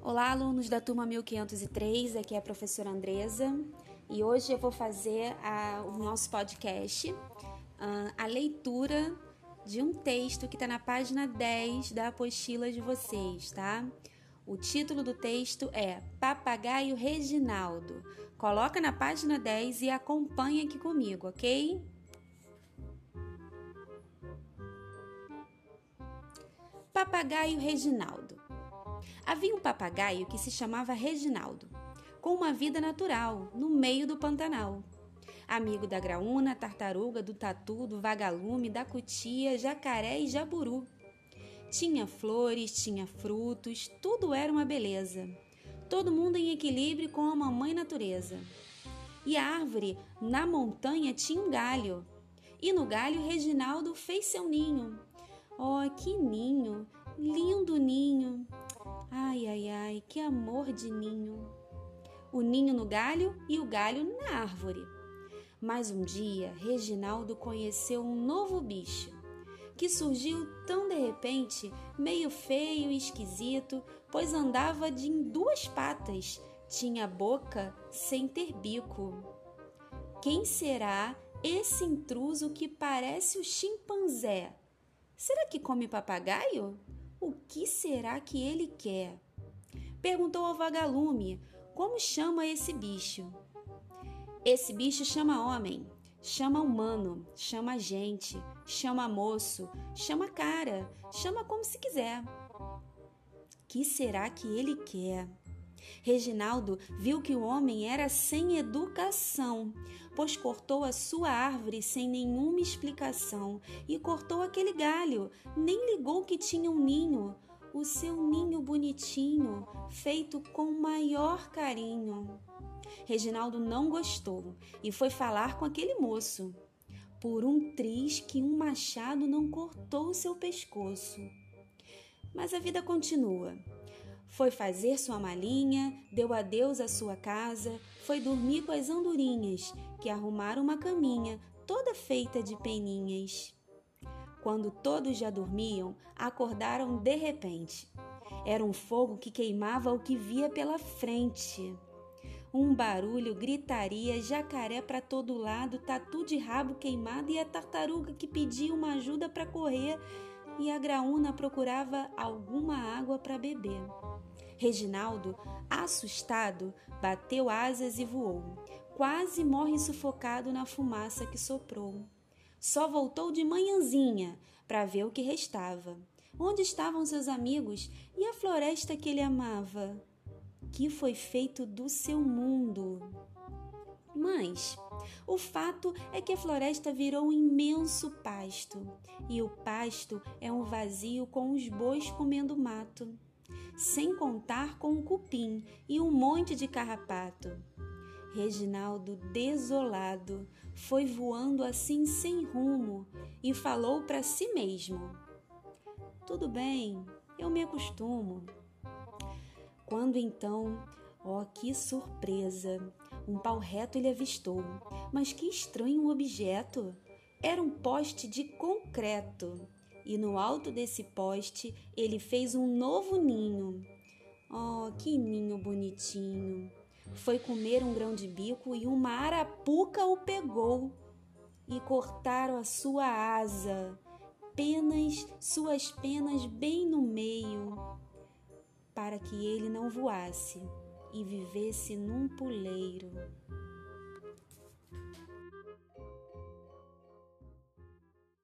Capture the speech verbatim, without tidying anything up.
Olá, alunos da turma mil quinhentos e três, aqui é a professora Andresa e hoje eu vou fazer a, o nosso podcast, a, a leitura de um texto que está na página dez da apostila de vocês, tá? O título do texto é Papagaio Reginaldo. Coloca na página dez e acompanha aqui comigo, ok? Papagaio Reginaldo. Havia um papagaio que se chamava Reginaldo, com uma vida natural, no meio do Pantanal. Amigo da graúna, tartaruga, do tatu, do vagalume, da cutia, jacaré e jaburu. Tinha flores, tinha frutos, tudo era uma beleza. Todo mundo em equilíbrio com a mamãe natureza. E a árvore, na montanha, tinha um galho. E no galho, Reginaldo fez seu ninho. Oh, que ninho! Lindo ninho! Ai, ai, ai, que amor de ninho! O ninho no galho e o galho na árvore. Mas um dia, Reginaldo conheceu um novo bicho, que surgiu tão de repente, meio feio e esquisito, pois andava de em duas patas, tinha boca sem ter bico. Quem será esse intruso que parece o chimpanzé? Será que come papagaio? O que será que ele quer? Perguntou ao vagalume, como chama esse bicho? Esse bicho chama homem, chama humano, chama gente, chama moço, chama cara, chama como se quiser. Que será que ele quer? Reginaldo viu que o homem era sem educação, pois cortou a sua árvore sem nenhuma explicação e cortou aquele galho, nem ligou que tinha um ninho, o seu ninho bonitinho, feito com o maior carinho. Reginaldo não gostou e foi falar com aquele moço. Por um triz que um machado não cortou o seu pescoço. Mas a vida continua. Foi fazer sua malinha, deu adeus à sua casa, foi dormir com as andorinhas, que arrumaram uma caminha toda feita de peninhas. Quando todos já dormiam, acordaram de repente. Era um fogo que queimava o que via pela frente. Um barulho, gritaria, jacaré para todo lado, tatu de rabo queimado e a tartaruga que pedia uma ajuda para correr e a graúna procurava alguma água para beber. Reginaldo, assustado, bateu asas e voou. Quase morre sufocado na fumaça que soprou. Só voltou de manhãzinha para ver o que restava. Onde estavam seus amigos e a floresta que ele amava? Que foi feito do seu mundo? Mas o fato é que a floresta virou um imenso pasto, e o pasto é um vazio com os bois comendo mato, sem contar com o cupim e um monte de carrapato. Reginaldo, desolado, foi voando assim sem rumo e falou para si mesmo: tudo bem, eu me acostumo. Quando então, oh, que surpresa! Um pau reto ele avistou, mas que estranho objeto! Era um poste de concreto, e no alto desse poste ele fez um novo ninho. Oh, que ninho bonitinho! Foi comer um grão de bico e uma arapuca o pegou, e cortaram a sua asa, penas, suas penas bem no meio, para que ele não voasse e vivesse num puleiro.